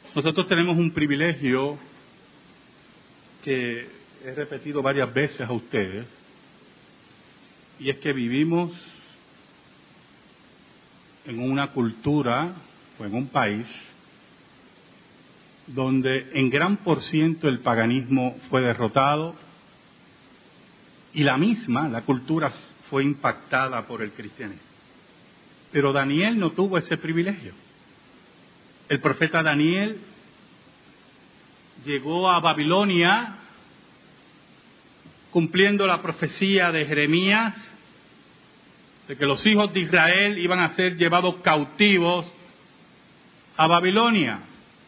Nosotros tenemos un privilegio que he repetido varias veces a ustedes, y es que vivimos en una cultura o en un país donde en gran por ciento el paganismo fue derrotado y la cultura fue impactada por el cristianismo. Pero Daniel no tuvo ese privilegio. El profeta Daniel llegó a Babilonia cumpliendo la profecía de Jeremías de que los hijos de Israel iban a ser llevados cautivos a Babilonia.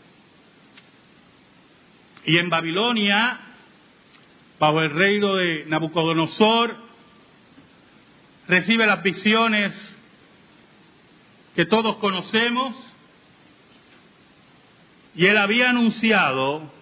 Y en Babilonia, bajo el reino de Nabucodonosor, recibe las visiones que todos conocemos, y él había anunciado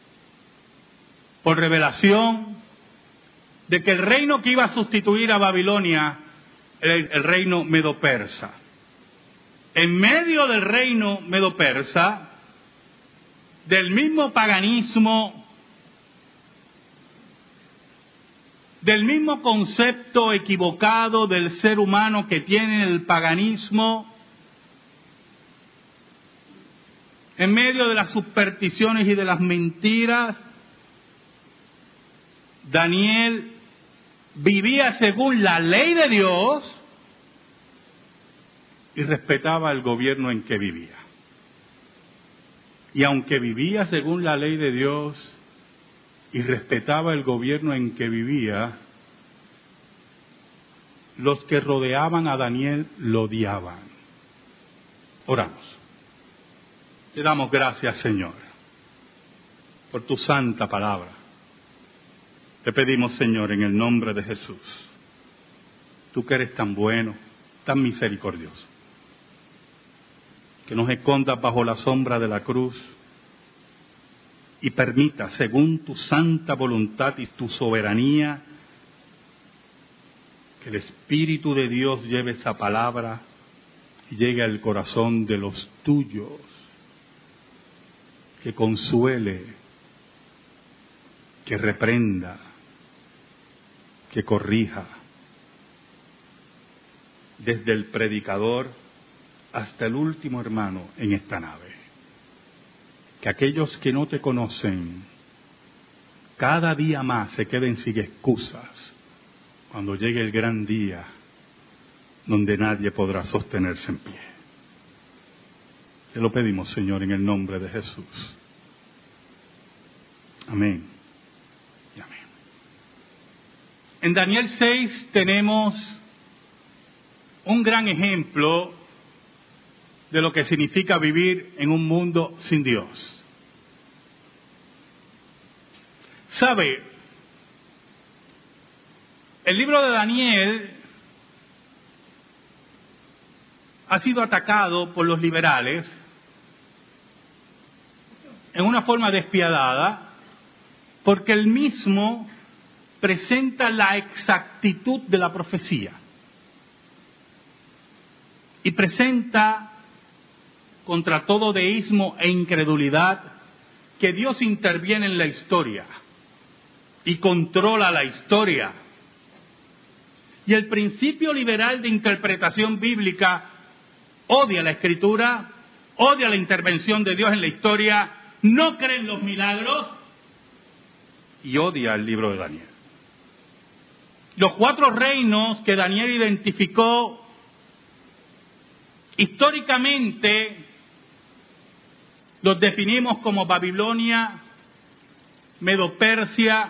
por revelación de que el reino que iba a sustituir a Babilonia era el reino medo-persa. En medio del reino medo-persa, del mismo paganismo, del mismo concepto equivocado del ser humano que tiene el paganismo, en medio de las supersticiones y de las mentiras, Daniel vivía según la ley de Dios y respetaba el gobierno en que vivía. Y aunque vivía según la ley de Dios y respetaba el gobierno en que vivía, los que rodeaban a Daniel lo odiaban. Oramos. Te damos gracias, Señor, por tu santa palabra. Te pedimos, Señor, en el nombre de Jesús, tú que eres tan bueno, tan misericordioso, que nos escondas bajo la sombra de la cruz y permita, según tu santa voluntad y tu soberanía, que el Espíritu de Dios lleve esa palabra y llegue al corazón de los tuyos, que consuele, que reprenda, que corrija, desde el predicador hasta el último hermano en esta nave. Que aquellos que no te conocen cada día más se queden sin excusas cuando llegue el gran día donde nadie podrá sostenerse en pie. Te lo pedimos, Señor, en el nombre de Jesús. Amén y amén. En Daniel 6 tenemos un gran ejemplo de lo que significa vivir en un mundo sin Dios. ¿Sabe? El libro de Daniel ha sido atacado por los liberales en una forma despiadada, porque él mismo presenta la exactitud de la profecía y presenta contra todo deísmo e incredulidad que Dios interviene en la historia y controla la historia. Y el principio liberal de interpretación bíblica odia la Escritura, odia la intervención de Dios en la historia, no cree en los milagros y odia el libro de Daniel. Los 4 reinos que Daniel identificó históricamente los definimos como Babilonia, Medo-Persia,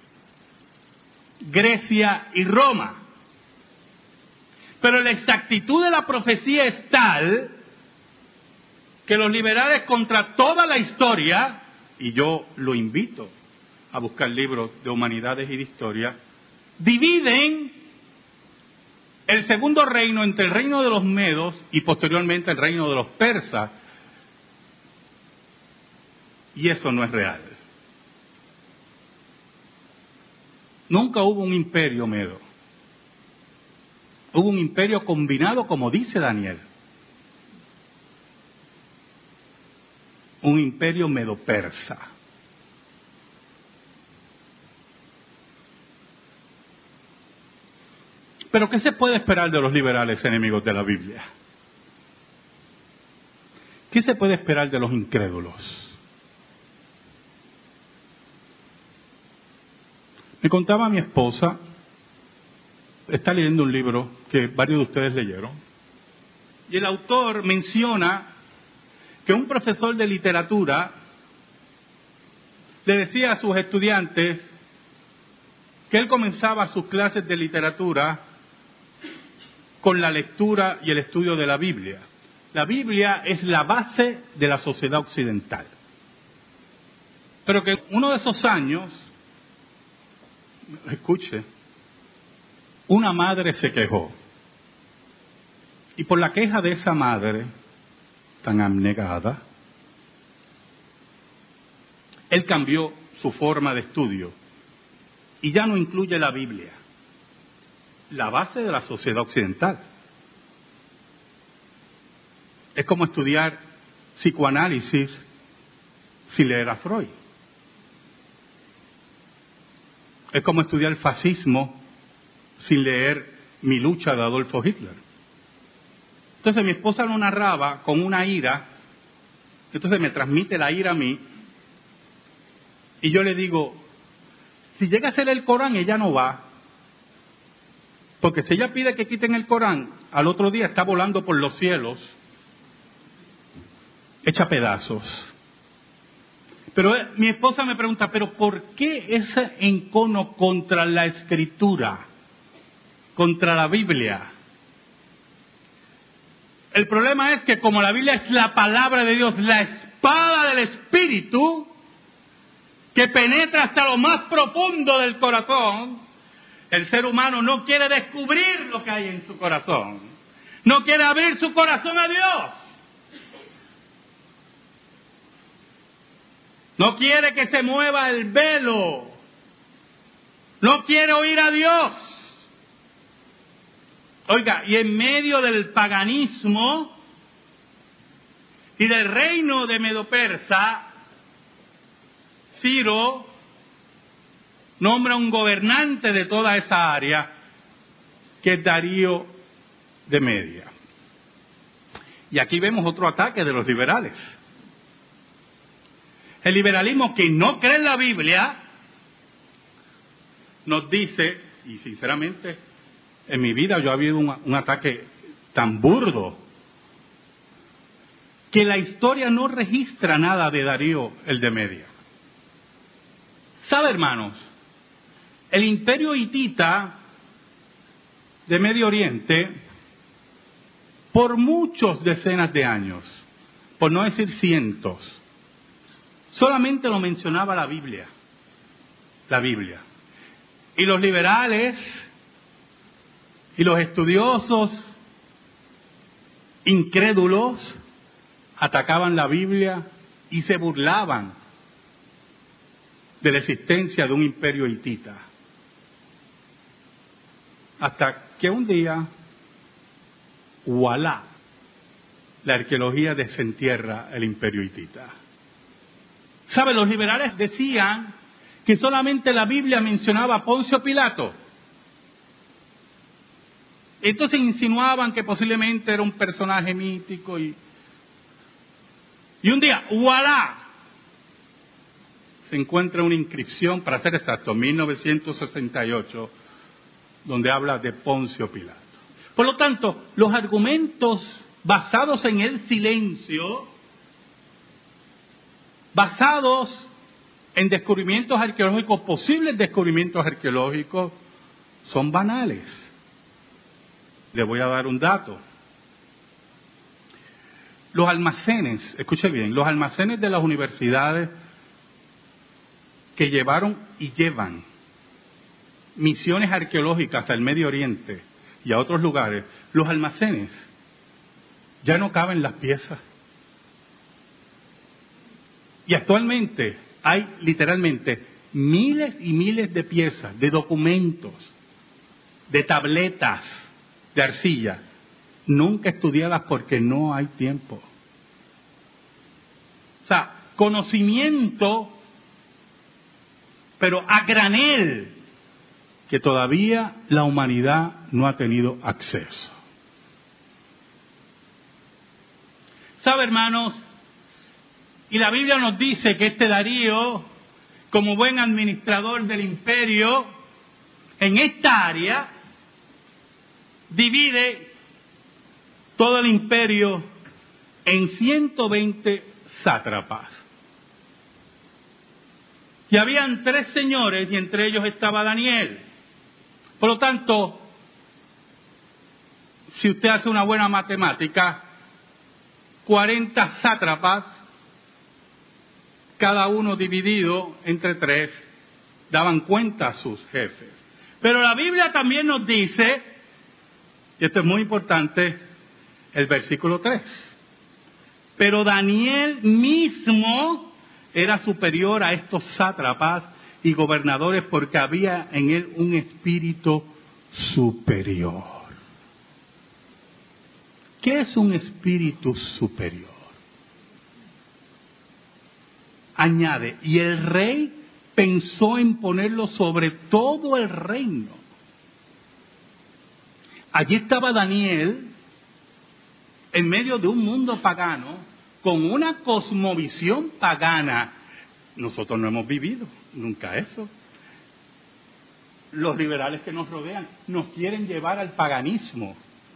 Grecia y Roma. Pero la exactitud de la profecía es tal que los liberales contra toda la historia, y yo lo invito a buscar libros de humanidades y de historia, dividen el segundo reino entre el reino de los medos y posteriormente el reino de los persas. Y eso no es real. Nunca hubo un imperio medo. Hubo un imperio combinado, como dice Daniel. un imperio medo-persa. Pero ¿qué se puede esperar de los liberales enemigos de la Biblia? ¿Qué se puede esperar de los incrédulos? Me contaba mi esposa, está leyendo un libro que varios de ustedes leyeron, y el autor menciona que un profesor de literatura le decía a sus estudiantes que él comenzaba sus clases de literatura con la lectura y el estudio de la Biblia. La Biblia es la base de la sociedad occidental. Pero que uno de esos años, escuche, una madre se quejó. Y por la queja de esa madre, tan abnegada, él cambió su forma de estudio y ya no incluye la Biblia, la base de la sociedad occidental. Es como estudiar psicoanálisis sin leer a Freud. Es como estudiar fascismo sin leer Mi lucha de Adolfo Hitler. Entonces mi esposa lo narraba con una ira, entonces me transmite la ira a mí, y yo le digo, si llega a ser el Corán, ella no va, porque si ella pide que quiten el Corán, al otro día está volando por los cielos, hecha pedazos. Pero mi esposa me pregunta, ¿pero por qué ese encono contra la Escritura, contra la Biblia? El problema es que como la Biblia es la palabra de Dios, la espada del Espíritu, que penetra hasta lo más profundo del corazón, el ser humano no quiere descubrir lo que hay en su corazón. No quiere abrir su corazón a Dios. No quiere que se mueva el velo. No quiere oír a Dios. Oiga, y en medio del paganismo y del reino de Medo-Persa, Ciro nombra un gobernante de toda esa área, que es Darío de Media. Y aquí vemos otro ataque de los liberales. El liberalismo, que no cree en la Biblia, nos dice, y sinceramente, en mi vida yo ha habido un ataque tan burdo, que la historia no registra nada de Darío el de Media. ¿Sabe, hermanos? El imperio hitita de Medio Oriente, por muchos decenas de años, por no decir cientos, solamente lo mencionaba la Biblia. La Biblia. Y los liberales y los estudiosos incrédulos atacaban la Biblia y se burlaban de la existencia de un imperio hitita. Hasta que un día, ¡voilá!, la arqueología desentierra el imperio hitita. ¿Sabe? Los liberales decían que solamente la Biblia mencionaba a Poncio Pilato. Entonces insinuaban que posiblemente era un personaje mítico y un día, ¡voilá!, se encuentra una inscripción, para ser exacto, 1968, donde habla de Poncio Pilato. Por lo tanto, los argumentos basados en el silencio, basados en descubrimientos arqueológicos, posibles descubrimientos arqueológicos, son banales. Le voy a dar un dato. Los almacenes, escuche bien, los almacenes de las universidades que llevaron y llevan misiones arqueológicas al Medio Oriente y a otros lugares, los almacenes ya no caben las piezas. Y actualmente hay literalmente miles y miles de piezas, de documentos, de tabletas de arcilla, nunca estudiadas porque no hay tiempo. sea, conocimiento, pero a granel, que todavía la humanidad no ha tenido acceso. ¿Sabe, hermanos? Y la Biblia nos dice que este Darío, como buen administrador del imperio, en esta área, divide todo el imperio en 120 sátrapas. Y habían 3 señores, y entre ellos estaba Daniel. Por lo tanto, si usted hace una buena matemática, 40 sátrapas, cada uno dividido entre 3, daban cuenta a sus jefes. Pero la Biblia también nos dice, y esto es muy importante, el versículo 3. Pero Daniel mismo era superior a estos sátrapas y gobernadores porque había en él un espíritu superior. ¿Qué es un espíritu superior? Añade, y el rey pensó en ponerlo sobre todo el reino. Allí estaba Daniel en medio de un mundo pagano con una cosmovisión pagana. Nosotros no hemos vivido nunca eso. Los liberales que nos rodean nos quieren llevar al paganismo.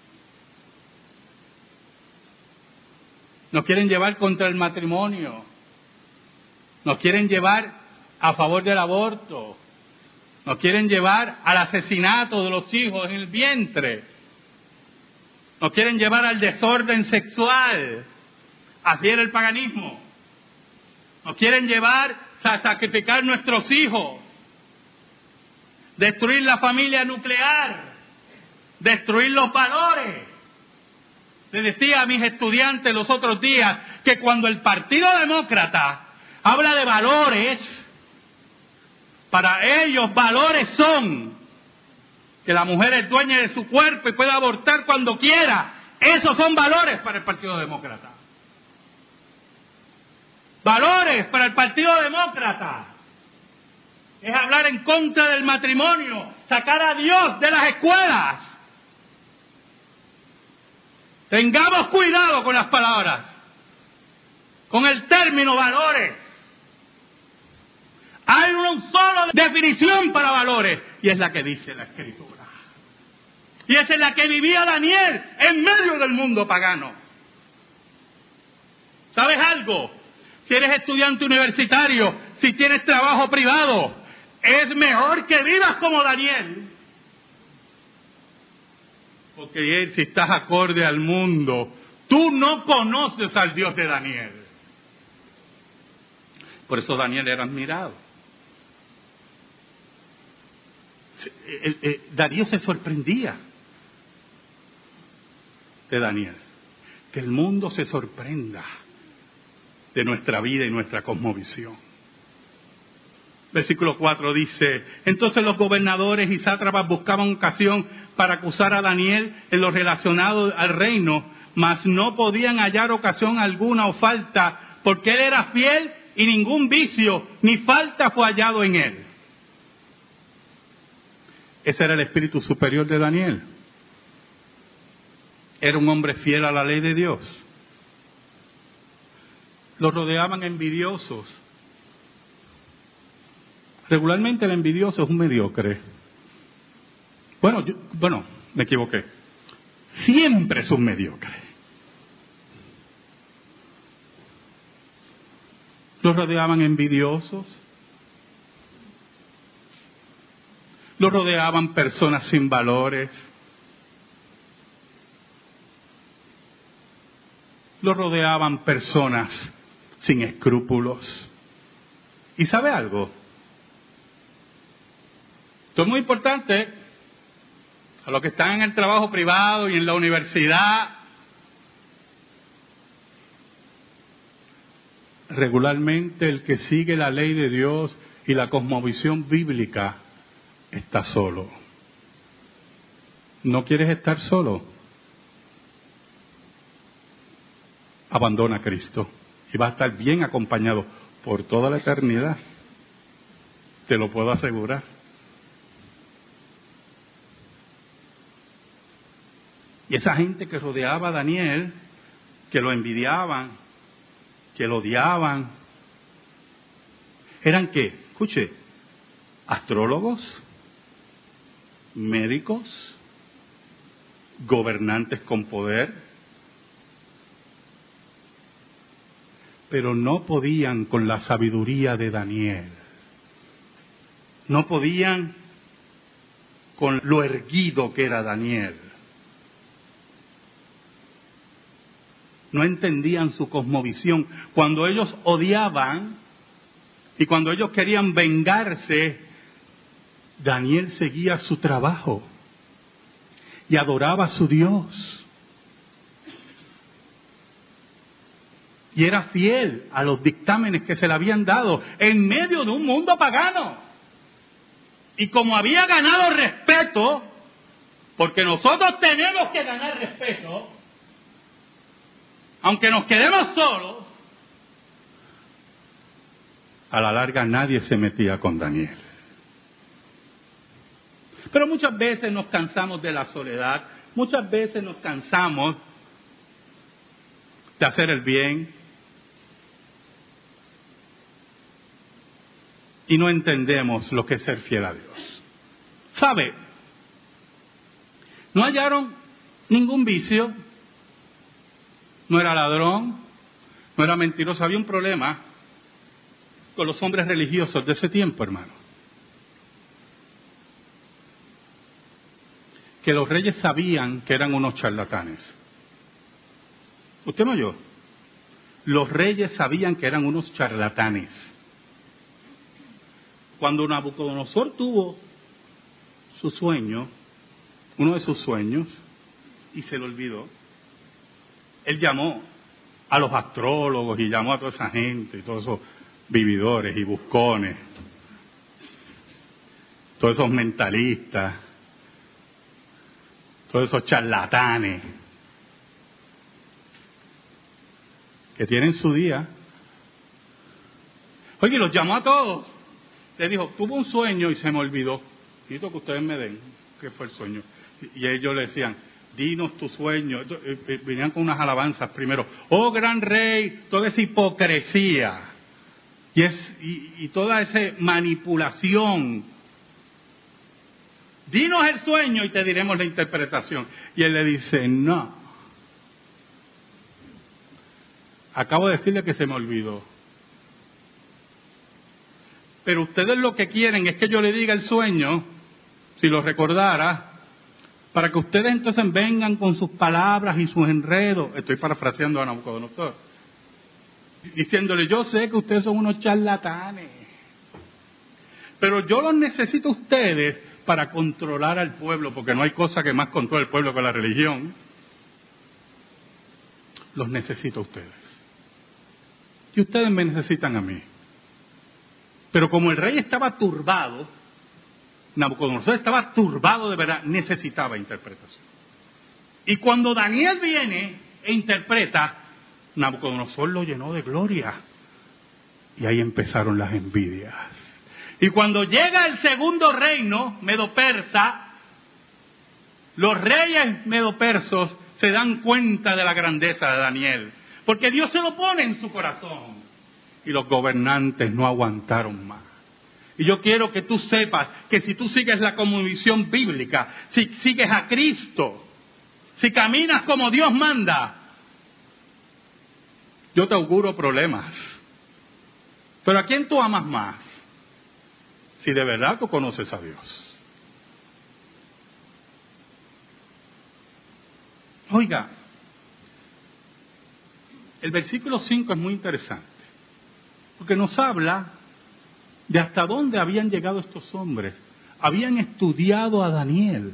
Nos quieren llevar contra el matrimonio. Nos quieren llevar a favor del aborto. Nos quieren llevar al asesinato de los hijos en el vientre. Nos quieren llevar al desorden sexual. Así era el paganismo. Nos quieren llevar a sacrificar nuestros hijos. Destruir la familia nuclear. Destruir los valores. Le decía a mis estudiantes los otros días que cuando el Partido Demócrata habla de valores, para ellos valores son que la mujer es dueña de su cuerpo y puede abortar cuando quiera. Esos son valores para el Partido Demócrata. Valores para el Partido Demócrata es hablar en contra del matrimonio, sacar a Dios de las escuelas. Tengamos cuidado con las palabras, con el término valores. Hay una sola definición para valores y es la que dice la Escritura. Y esa es la que vivía Daniel en medio del mundo pagano. ¿Sabes algo? Si eres estudiante universitario, si tienes trabajo privado, es mejor que vivas como Daniel. Porque si estás acorde al mundo, tú no conoces al Dios de Daniel. Por eso Daniel era admirado. Darío se sorprendía de Daniel. Que el mundo se sorprenda de nuestra vida y nuestra cosmovisión. Versículo 4 dice, entonces los gobernadores y sátrapas buscaban ocasión para acusar a Daniel en lo relacionado al reino, mas no podían hallar ocasión alguna o falta, porque él era fiel y ningún vicio ni falta fue hallado en él. Ese era el espíritu superior de Daniel. Era un hombre fiel a la ley de Dios. Lo rodeaban envidiosos. Regularmente el envidioso es un mediocre. Bueno, me equivoqué. Siempre es un mediocre. Lo rodeaban envidiosos. Lo rodeaban personas sin valores. Lo rodeaban personas sin escrúpulos. ¿Y sabe algo? Esto es muy importante a los que están en el trabajo privado y en la universidad. Regularmente el que sigue la ley de Dios y la cosmovisión bíblica está solo. ¿No quieres estar solo? Abandona a Cristo y vas a estar bien acompañado por toda la eternidad. Te lo puedo asegurar. Y esa gente que rodeaba a Daniel, que lo envidiaban, que lo odiaban, ¿eran qué? Escuche, astrólogos, médicos, gobernantes con poder, pero no podían con la sabiduría de Daniel. No podían con lo erguido que era Daniel. No entendían su cosmovisión. Cuando ellos odiaban y cuando ellos querían vengarse, Daniel seguía su trabajo y adoraba a su Dios. Y era fiel a los dictámenes que se le habían dado en medio de un mundo pagano. Y como había ganado respeto, porque nosotros tenemos que ganar respeto, aunque nos quedemos solos, a la larga nadie se metía con Daniel. Pero muchas veces nos cansamos de la soledad, muchas veces nos cansamos de hacer el bien y no entendemos lo que es ser fiel a Dios. ¿Sabe? No hallaron ningún vicio. No era ladrón, no era mentiroso. Había un problema con los hombres religiosos de ese tiempo, hermano. Que los reyes sabían que eran unos charlatanes. ¿Usted me oyó? Los reyes sabían que eran unos charlatanes. Cuando Nabucodonosor tuvo su sueño, uno de sus sueños, y se lo olvidó, él llamó a los astrólogos y llamó a toda esa gente, todos esos vividores y buscones, todos esos mentalistas, todos esos charlatanes que tienen su día. Oye, los llamó a todos. Le dijo, tuve un sueño y se me olvidó. Necesito que ustedes me den qué fue el sueño. Y ellos le decían, dinos tu sueño. Venían con unas alabanzas primero. Oh, gran rey, toda esa hipocresía y toda esa manipulación. Dinos el sueño y te diremos la interpretación. Y él le dice, no. Acabo de decirle que se me olvidó. Pero ustedes lo que quieren es que yo le diga el sueño, si lo recordara, para que ustedes entonces vengan con sus palabras y sus enredos. Estoy parafraseando a Nabucodonosor. Diciéndole, yo sé que ustedes son unos charlatanes, pero yo los necesito a ustedes para controlar al pueblo, porque no hay cosa que más controle al pueblo que la religión. Los necesito a ustedes. Y ustedes me necesitan a mí. Pero como el rey estaba turbado, Nabucodonosor estaba turbado de verdad, necesitaba interpretación. Y cuando Daniel viene e interpreta, Nabucodonosor lo llenó de gloria. Y ahí empezaron las envidias. Y cuando llega el segundo reino, medo-persa, los reyes medo-persos se dan cuenta de la grandeza de Daniel. Porque Dios se lo pone en su corazón. Y los gobernantes no aguantaron más. Y yo quiero que tú sepas que si tú sigues la cosmovisión bíblica, si sigues a Cristo, si caminas como Dios manda, yo te auguro problemas. Pero ¿a quién tú amas más? Si de verdad tú conoces a Dios. Oiga, el versículo 5 es muy interesante. Porque nos habla de hasta dónde habían llegado estos hombres. Habían estudiado a Daniel.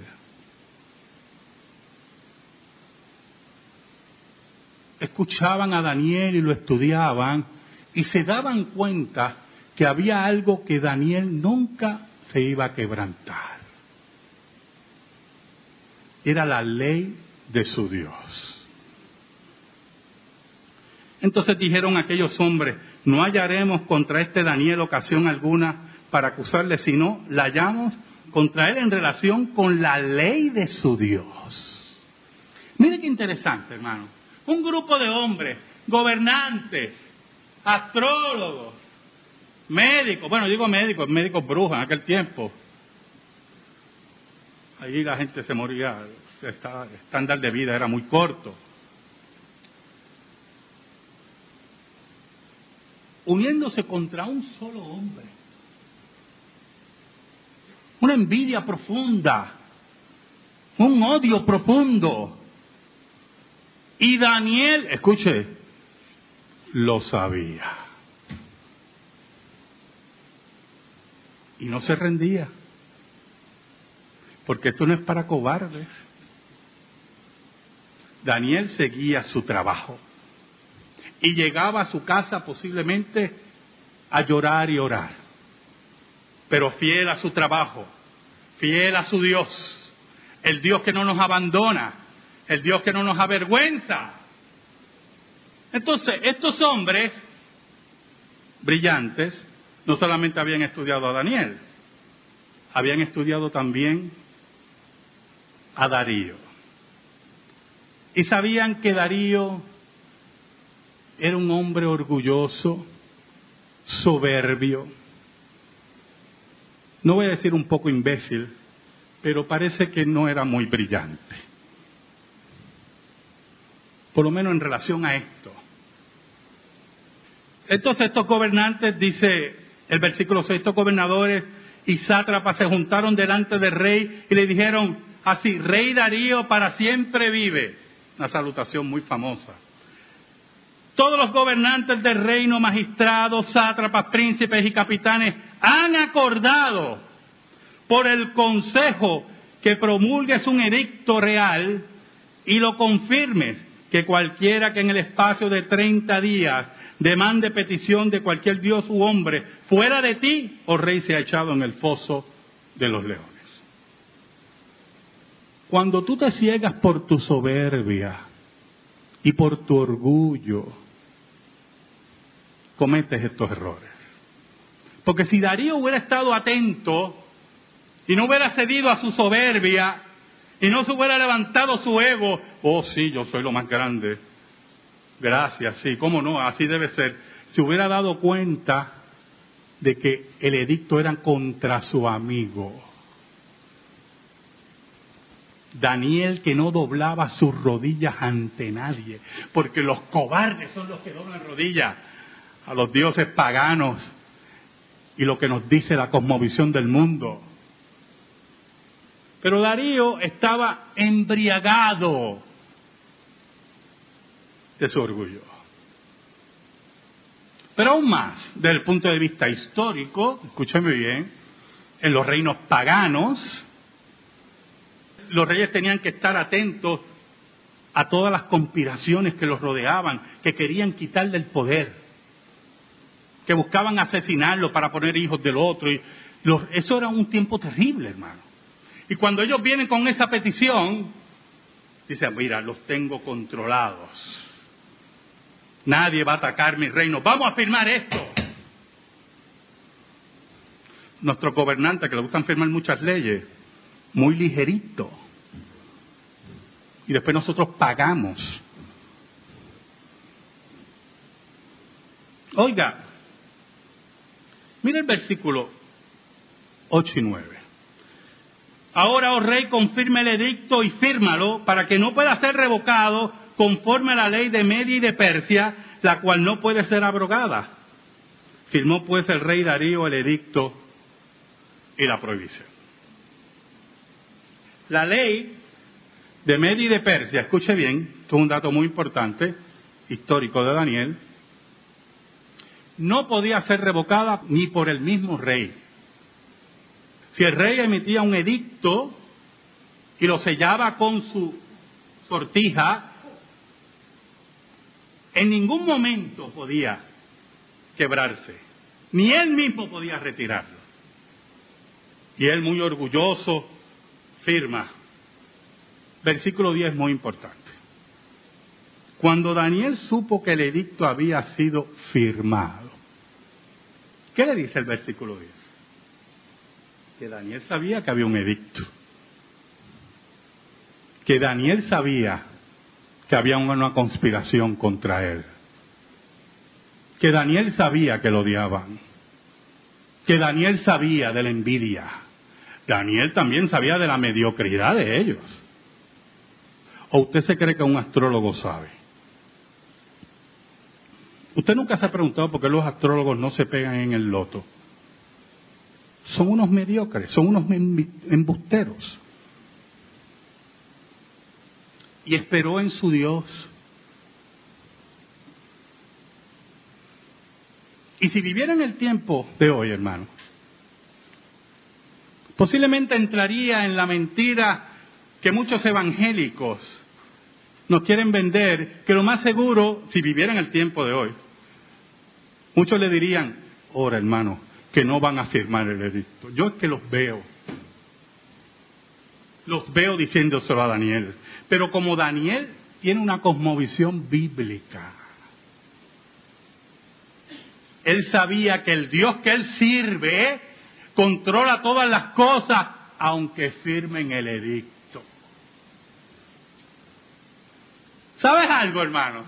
Escuchaban a Daniel y lo estudiaban y se daban cuenta que había algo que Daniel nunca se iba a quebrantar. Era la ley de su Dios. Entonces dijeron aquellos hombres, no hallaremos contra este Daniel ocasión alguna para acusarle, sino la hallamos contra él en relación con la ley de su Dios. Mire qué interesante, hermano. Un grupo de hombres, gobernantes, astrólogos, médicos, bueno, digo médicos brujos en aquel tiempo. Allí la gente se moría, el estándar de vida era muy corto. Uniéndose contra un solo hombre. Una envidia profunda, un odio profundo. Y Daniel, escuche, lo sabía. Y no se rendía. Porque esto no es para cobardes. Daniel seguía su trabajo. Y llegaba a su casa posiblemente a llorar y orar. Pero fiel a su trabajo, fiel a su Dios, el Dios que no nos abandona, el Dios que no nos avergüenza. Entonces, estos hombres brillantes no solamente habían estudiado a Daniel, habían estudiado también a Darío. Y sabían que Darío era un hombre orgulloso, soberbio. No voy a decir un poco imbécil, pero parece que no era muy brillante. Por lo menos en relación a esto. Entonces estos gobernantes, dice el versículo 6, estos gobernadores y sátrapas se juntaron delante del rey y le dijeron así: Rey Darío para siempre vive. Una salutación muy famosa. Todos los gobernantes del reino, magistrados, sátrapas, príncipes y capitanes han acordado por el consejo que promulgues un edicto real y lo confirmes, que cualquiera que en el espacio de 30 días demande petición de cualquier dios u hombre fuera de ti, oh rey, sea echado en el foso de los leones. Cuando tú te ciegas por tu soberbia y por tu orgullo, cometes estos errores. Porque si Darío hubiera estado atento y no hubiera cedido a su soberbia y no se hubiera levantado su ego, oh sí, yo soy lo más grande, gracias, sí, cómo no, así debe ser. Se hubiera dado cuenta de que el edicto era contra su amigo. Daniel, que no doblaba sus rodillas ante nadie, porque los cobardes son los que doblan rodillas a los dioses paganos y lo que nos dice la cosmovisión del mundo. Pero Darío estaba embriagado de su orgullo. Pero aún más, desde el punto de vista histórico, escúchame bien, en los reinos paganos, los reyes tenían que estar atentos a todas las conspiraciones que los rodeaban, que querían quitarle el poder, que buscaban asesinarlo para poner hijos del otro. Eso era un tiempo terrible, hermano. Y cuando ellos vienen con esa petición, dicen: mira, los tengo controlados. Nadie va a atacar mi reino. Vamos a firmar esto. Nuestros gobernantes, que les gustan firmar muchas leyes, muy ligerito. Y después nosotros pagamos. Oiga, mira el versículo 8 y 9. Ahora, oh rey, confirma el edicto y fírmalo para que no pueda ser revocado conforme a la ley de Media y de Persia, la cual no puede ser abrogada. Firmó pues el rey Darío el edicto y la prohibición. La ley de Media y de Persia, escuche bien, esto es un dato muy importante, histórico de Daniel, no podía ser revocada ni por el mismo rey. Si el rey emitía un edicto y lo sellaba con su sortija, en ningún momento podía quebrarse, ni él mismo podía retirarlo. Y él, muy orgulloso, firma. Versículo 10 es muy importante. Cuando Daniel supo que el edicto había sido firmado, ¿qué le dice el versículo 10? Que Daniel sabía que había un edicto. Que Daniel sabía que había una conspiración contra él. Que Daniel sabía que lo odiaban. Que Daniel sabía de la envidia. Daniel también sabía de la mediocridad de ellos. ¿O usted se cree que un astrólogo sabe? Usted nunca se ha preguntado por qué los astrólogos no se pegan en el loto. Son unos mediocres, son unos embusteros. Y esperó en su Dios. Y si viviera en el tiempo de hoy, hermano, posiblemente entraría en la mentira que muchos evangélicos nos quieren vender, que lo más seguro, si viviera en el tiempo de hoy, muchos le dirían, ahora hermano, que no van a firmar el edicto. Yo es que los veo diciéndoselo a Daniel. Pero como Daniel tiene una cosmovisión bíblica, él sabía que el Dios que él sirve controla todas las cosas, aunque firmen el edicto. ¿Sabes algo, hermano?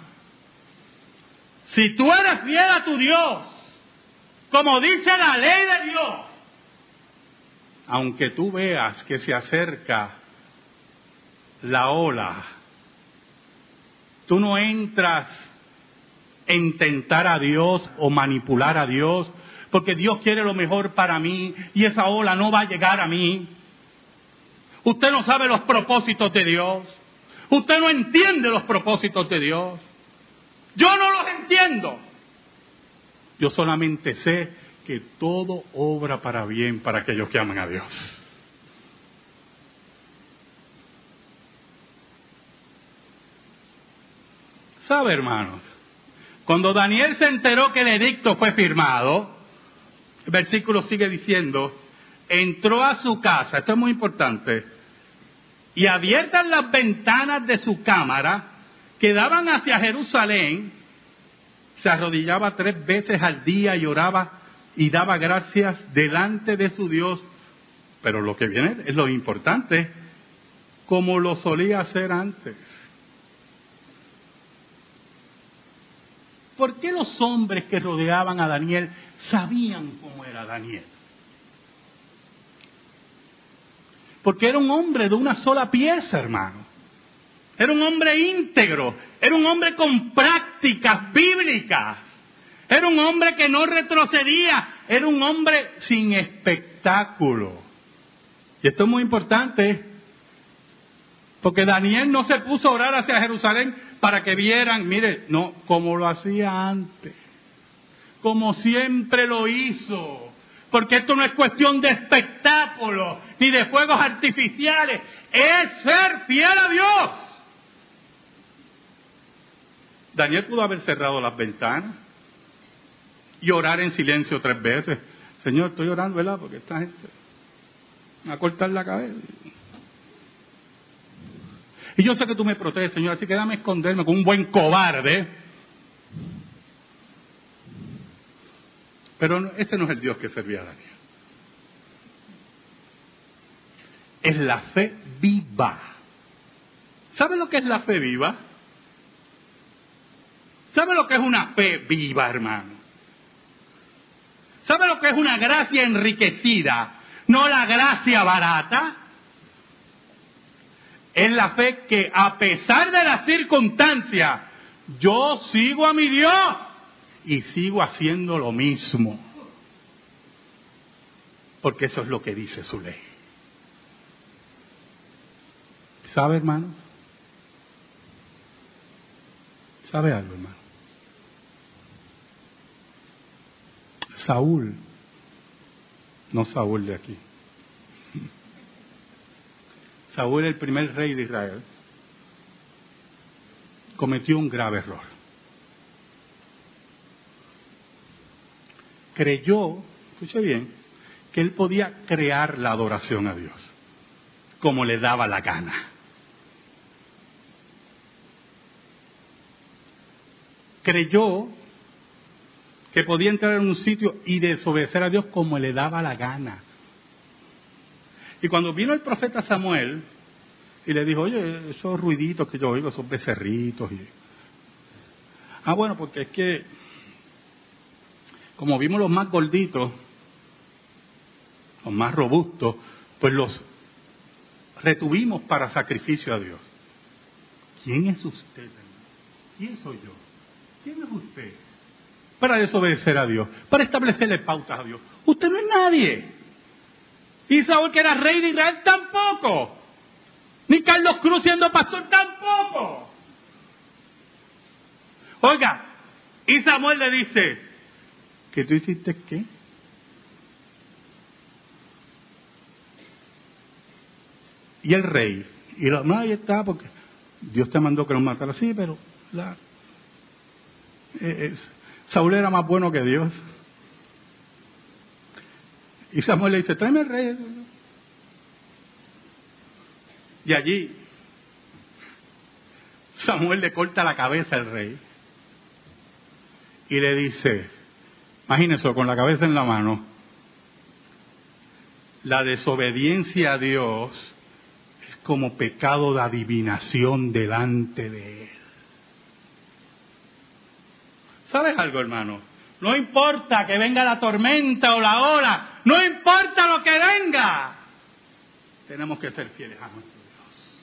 Si tú eres fiel a tu Dios, como dice la ley de Dios, aunque tú veas que se acerca la ola, tú no entras en tentar a Dios o manipular a Dios, porque Dios quiere lo mejor para mí y esa ola no va a llegar a mí. Usted no sabe los propósitos de Dios. Usted no entiende los propósitos de Dios. Yo no los entiendo. Yo solamente sé que todo obra para bien para aquellos que aman a Dios. ¿Sabe, hermanos? Cuando Daniel se enteró que el edicto fue firmado, el versículo sigue diciendo, entró a su casa, esto es muy importante, y abiertas las ventanas de su cámara, que daban hacia Jerusalén, se arrodillaba 3 veces al día y oraba y daba gracias delante de su Dios. Pero lo que viene es lo importante, como lo solía hacer antes. ¿Por qué los hombres que rodeaban a Daniel sabían cómo era Daniel? Porque era un hombre de una sola pieza, hermano. Era un hombre íntegro, era un hombre con prácticas bíblicas, era un hombre que no retrocedía, era un hombre sin espectáculo. Y esto es muy importante, porque Daniel no se puso a orar hacia Jerusalén para que vieran, mire, no, como lo hacía antes, como siempre lo hizo. Porque esto no es cuestión de espectáculo, ni de fuegos artificiales, es ser fiel a Dios. Daniel pudo haber cerrado las ventanas y orar en silencio 3 veces. Señor, estoy orando, ¿verdad? Porque esta gente me va a cortar la cabeza. Y yo sé que tú me proteges, Señor, así que dame esconderme con un buen cobarde. Pero ese no es el Dios que servía a Daniel. Es la fe viva. ¿Sabe lo que es la fe viva? ¿Sabe lo que es una fe viva, hermano? ¿Sabe lo que es una gracia enriquecida? No la gracia barata. Es la fe que a pesar de las circunstancias, yo sigo a mi Dios y sigo haciendo lo mismo. Porque eso es lo que dice su ley. ¿Sabe, hermano? ¿Sabe algo, hermano? Saúl, no Saúl de aquí. Saúl, el primer rey de Israel, cometió un grave error. Creyó, escuche bien, que él podía crear la adoración a Dios como le daba la gana. creyó que podía entrar en un sitio y desobedecer a Dios como le daba la gana. Y cuando vino el profeta Samuel y le dijo, oye, esos ruiditos que yo oigo, esos becerritos. Bueno, porque es que, como vimos los más gorditos, los más robustos, pues los retuvimos para sacrificio a Dios. ¿Quién es usted, hermano? ¿Quién soy yo? ¿Quién es usted? Para desobedecer a Dios, para establecerle pautas a Dios. Usted no es nadie. Y Saúl, que era rey de Israel, tampoco. Ni Carlos Cruz siendo pastor, tampoco. Oiga, y Samuel le dice, ¿que tú hiciste qué? Y el rey, y no, ahí está, porque Dios te mandó que nos matara así, pero Saúl era más bueno que Dios. Y Samuel le dice, tráeme al rey. Y allí Samuel le corta la cabeza al rey y le dice, imagínense, con la cabeza en la mano, la desobediencia a Dios es como pecado de adivinación delante de Él. ¿Sabes algo, hermano? No importa que venga la tormenta o la ola, no importa lo que venga, tenemos que ser fieles a nuestro Dios.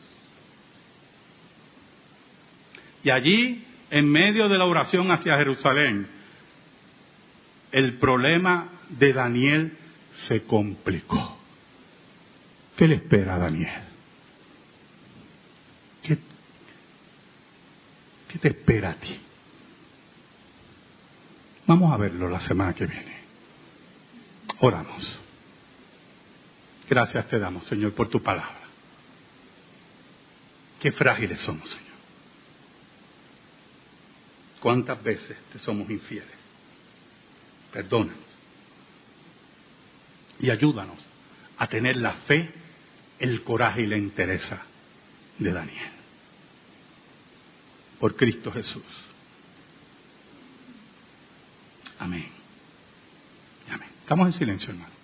Y allí, en medio de la oración hacia Jerusalén, el problema de Daniel se complicó. ¿Qué le espera a Daniel? ¿Qué te espera a ti? Vamos a verlo la semana que viene. Oramos. Gracias te damos, Señor, por tu palabra. Qué frágiles somos, Señor. ¿Cuántas veces te somos infieles? Perdónanos. Y ayúdanos a tener la fe, el coraje y la entereza de Daniel. Por Cristo Jesús. Amén. Amén. Estamos en silencio, hermano.